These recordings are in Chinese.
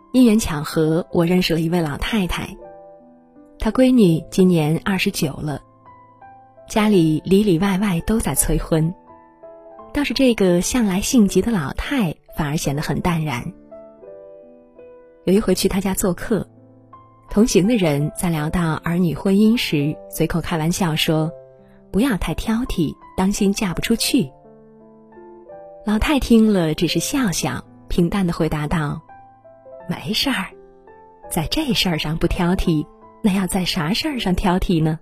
因缘巧合，我认识了一位老太太，她闺女今年29了，家里里里外外都在催婚，倒是这个向来性急的老太反而显得很淡然。有一回去她家做客，同行的人在聊到儿女婚姻时，随口开玩笑说，不要太挑剔，当心嫁不出去。老太听了只是笑笑，平淡地回答道，没事儿，在这事儿上不挑剔，那要在啥事儿上挑剔呢？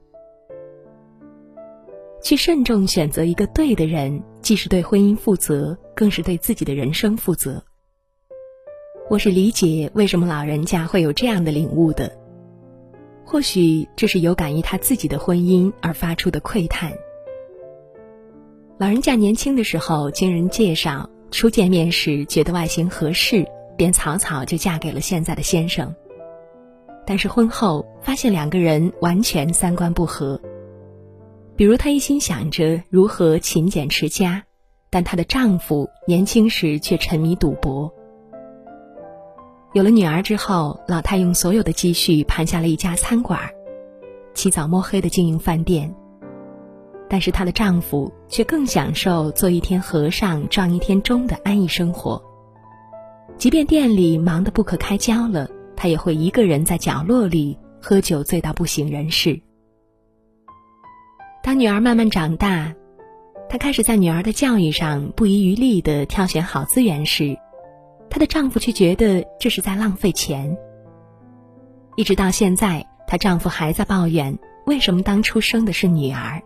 去慎重选择一个对的人，既是对婚姻负责，更是对自己的人生负责。我是理解为什么老人家会有这样的领悟的，或许这是有感于他自己的婚姻而发出的喟叹。老人家年轻的时候经人介绍，初见面时觉得外形合适，便草草就嫁给了现在的先生。但是婚后发现两个人完全三观不合。比如她一心想着如何勤俭持家，但她的丈夫年轻时却沉迷赌博。有了女儿之后，老太用所有的积蓄盘下了一家餐馆，起早摸黑地经营饭店。但是她的丈夫却更享受做一天和尚撞一天钟的安逸生活。即便店里忙得不可开交了，他也会一个人在角落里喝酒醉到不省人事。当女儿慢慢长大，她开始在女儿的教育上不遗余力地挑选好资源时，她的丈夫却觉得这是在浪费钱。一直到现在，她丈夫还在抱怨为什么当初生的是女儿。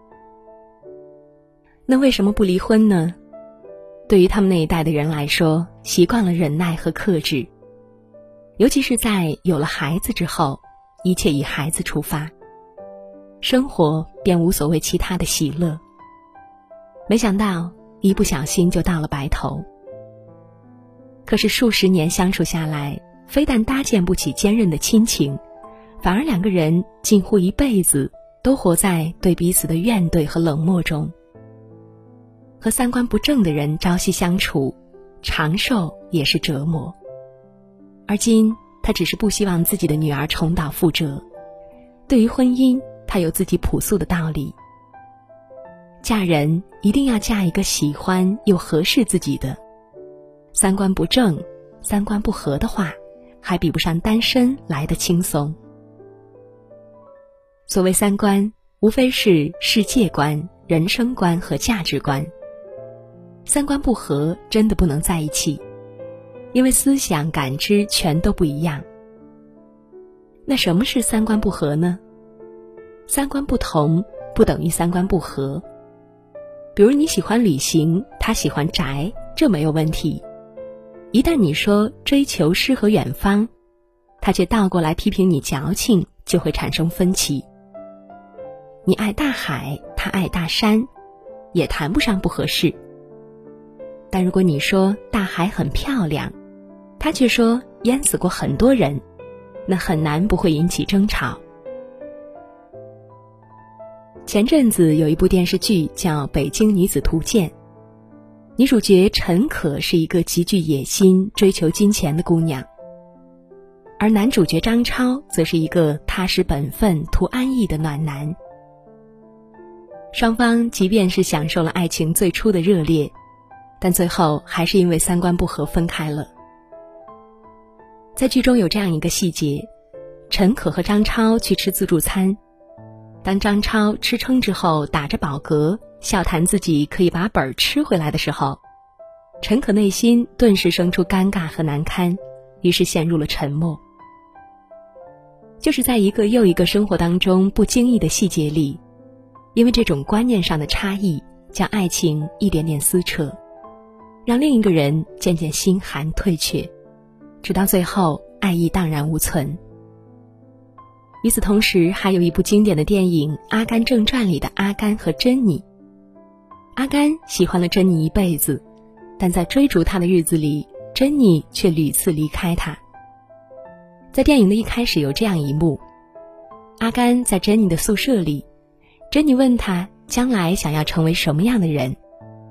那为什么不离婚呢？对于他们那一代的人来说，习惯了忍耐和克制，尤其是在有了孩子之后，一切以孩子出发，生活便无所谓其他的喜乐。没想到一不小心就到了白头。可是数十年相处下来，非但搭建不起坚韧的亲情，反而两个人近乎一辈子都活在对彼此的怨怼和冷漠中。和三观不正的人朝夕相处，长寿也是折磨。而今他只是不希望自己的女儿重蹈覆辙。对于婚姻，他有自己朴素的道理。嫁人一定要嫁一个喜欢又合适自己的。三观不正、三观不合的话，还比不上单身来得轻松。所谓三观，无非是世界观、人生观和价值观。三观不合真的不能在一起，因为思想感知全都不一样。那什么是三观不合呢？三观不同不等于三观不合。比如你喜欢旅行，他喜欢宅，这没有问题。一旦你说追求诗和远方，他却倒过来批评你矫情，就会产生分歧。你爱大海，他爱大山，也谈不上不合适。但如果你说大海很漂亮，他却说淹死过很多人，那很难不会引起争吵。前阵子有一部电视剧叫《北京女子图鉴》，女主角陈可是一个极具野心、追求金钱的姑娘，而男主角张超则是一个踏实本分、图安逸的暖男。双方即便是享受了爱情最初的热烈，但最后还是因为三观不合分开了。在剧中有这样一个细节，陈可和张超去吃自助餐，当张超吃撑之后打着饱嗝，笑谈自己可以把本吃回来的时候，陈可内心顿时生出尴尬和难堪，于是陷入了沉默。就是在一个又一个生活当中不经意的细节里，因为这种观念上的差异，将爱情一点点撕扯，让另一个人渐渐心寒退却，直到最后爱意荡然无存。与此同时，还有一部经典的电影《阿甘正传》里的阿甘和珍妮。阿甘喜欢了珍妮一辈子，但在追逐他的日子里，珍妮却屡次离开他。在电影的一开始有这样一幕，阿甘在珍妮的宿舍里，珍妮问他将来想要成为什么样的人。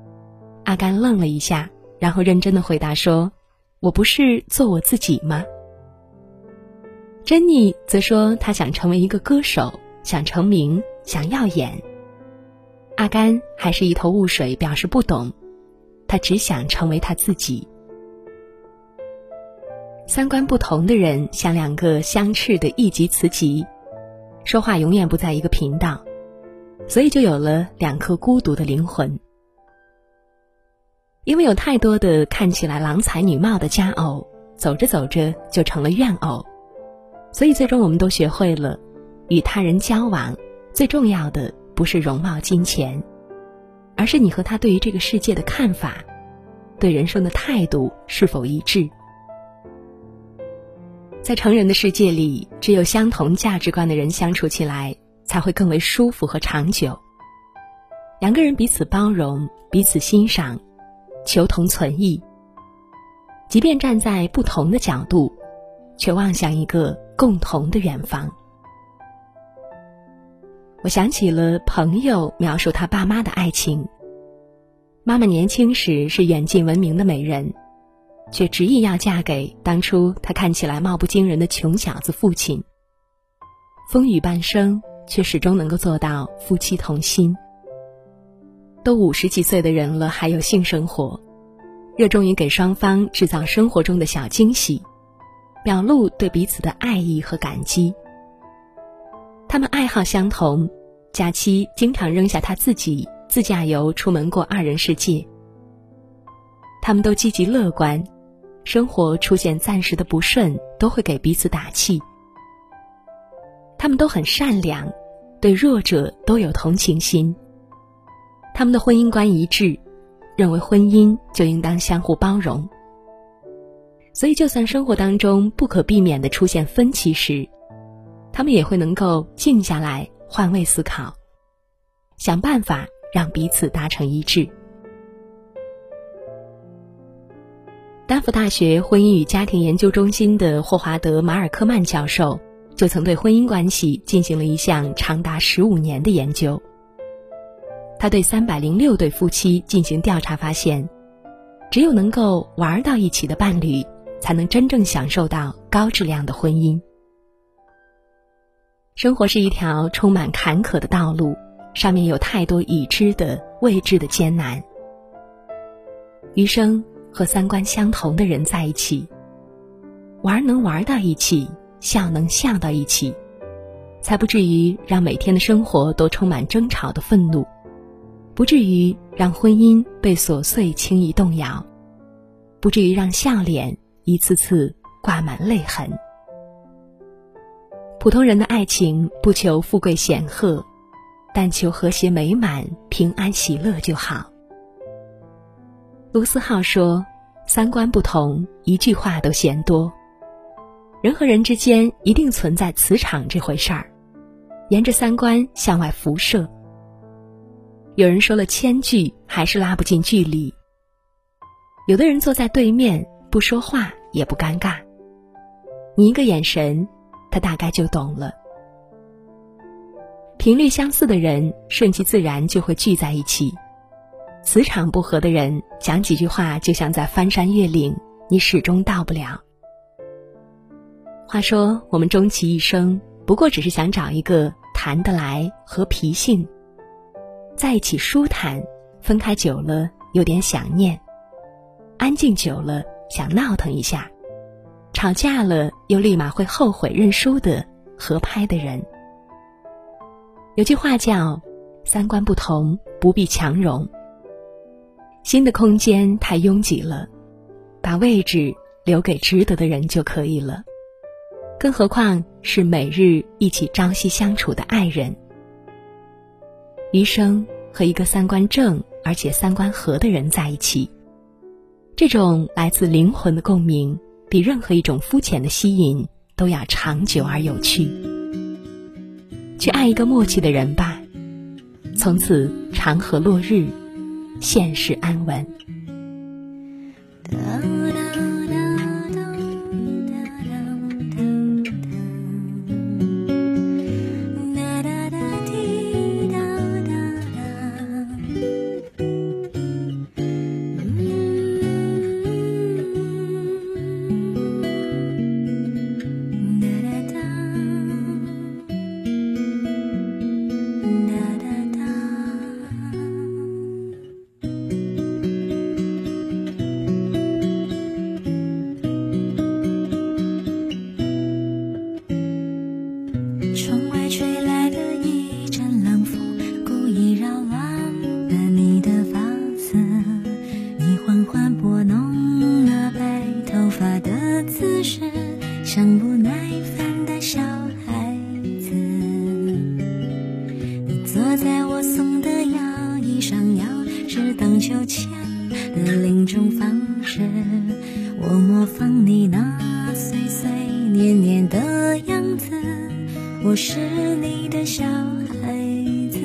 阿甘愣了一下，然后认真地回答说，我不是做我自己吗？ 珍妮则说她想成为一个歌手，想成名，想耀眼。阿甘还是一头雾水，表示不懂，他只想成为他自己。三观不同的人像两个相斥的一级磁极，说话永远不在一个频道，所以就有了两颗孤独的灵魂。因为有太多的看起来郎才女貌的佳偶，走着走着就成了怨偶，所以最终我们都学会了，与他人交往，最重要的不是容貌金钱，而是你和他对于这个世界的看法，对人生的态度是否一致。在成人的世界里，只有相同价值观的人相处起来才会更为舒服和长久。两个人彼此包容，彼此欣赏，求同存异，即便站在不同的角度，却望向一个共同的远方。我想起了朋友描述他爸妈的爱情。妈妈年轻时是远近闻名的美人，却执意要嫁给当初他看起来貌不惊人的穷小子父亲。风雨半生，却始终能够做到夫妻同心。都50几岁的人了，还有性生活，热衷于给双方制造生活中的小惊喜，表露对彼此的爱意和感激。他们爱好相同，假期经常扔下他自己自驾游出门过2人世界。他们都积极乐观，生活出现暂时的不顺都会给彼此打气。他们都很善良，对弱者都有同情心。他们的婚姻观一致，认为婚姻就应当相互包容。所以就算生活当中不可避免地出现分歧时，他们也会能够静下来换位思考，想办法让彼此达成一致。丹佛大学婚姻与家庭研究中心的霍华德·马尔科曼教授就曾对婚姻关系进行了一项长达15年的研究。他对306对夫妻进行调查，发现只有能够玩到一起的伴侣，才能真正享受到高质量的婚姻。生活是一条充满坎坷的道路，上面有太多已知的未知的艰难。余生和三观相同的人在一起，玩能玩到一起，笑能笑到一起，才不至于让每天的生活都充满争吵的愤怒，不至于让婚姻被琐碎轻易动摇，不至于让笑脸一次次挂满泪痕。普通人的爱情不求富贵显赫，但求和谐美满，平安喜乐就好。卢思浩说，三观不同，一句话都嫌多。人和人之间一定存在磁场这回事儿，沿着三观向外辐射。有人说了1000句，还是拉不近距离。有的人坐在对面，不说话也不尴尬，你一个眼神，他大概就懂了。频率相似的人，顺其自然就会聚在一起。磁场不合的人，讲几句话就像在翻山越岭，你始终到不了。话说，我们终其一生，不过只是想找一个谈得来、合脾性，在一起舒坦，分开久了有点想念，安静久了想闹腾一下，吵架了又立马会后悔认输的合拍的人。有句话叫三观不同，不必强融。新的空间太拥挤了，把位置留给值得的人就可以了，更何况是每日一起朝夕相处的爱人。余生和一个三观正而且三观合的人在一起，这种来自灵魂的共鸣，比任何一种肤浅的吸引都要长久而有趣。去爱一个默契的人吧，从此长河落日，现世安稳。 是荡秋千的另种方式，我模仿你那碎碎念念的样子，我是你的小孩子。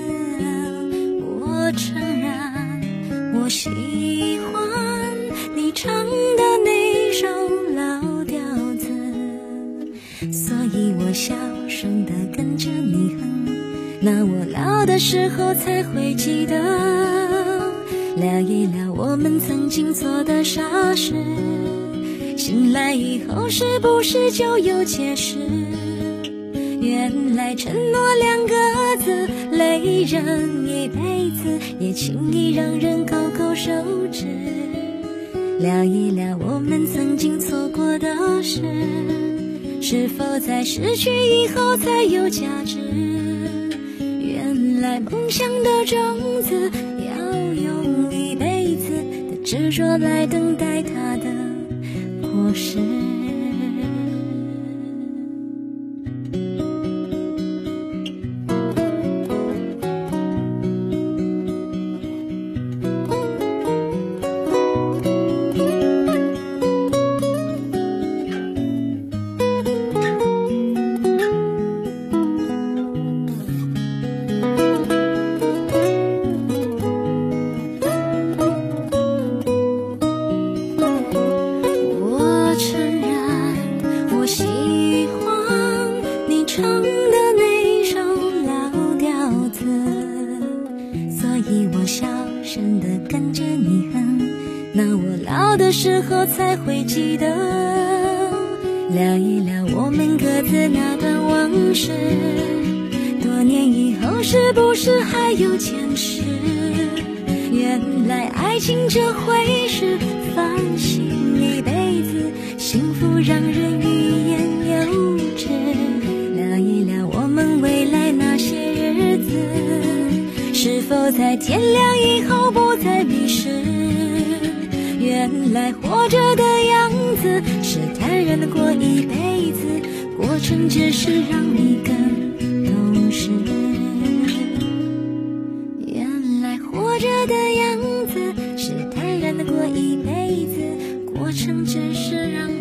我承认我喜欢你唱的那首老调子，所以我小声地跟着你哼，那我老的时候才会记得，聊一聊我们曾经做的傻事，醒来以后是不是就有解释？原来承诺2个字累人一辈子，也轻易让人口口手指。聊一聊我们曾经错过的事，是否在失去以后才有价值？原来梦想的种子要用一辈子的执着来等待它的果实。那我老的时候才会记得，聊一聊我们各自那段往事，多年以后是不是还有坚持？原来爱情这回事，烦心一辈子，幸福让人欲言又止。聊一聊我们未来那些日子，是否在天亮以后不再迷失？原来活着的样子是坦然地过一辈子，过程只是让你更懂事。原来活着的样子是坦然地过一辈子，过程只是让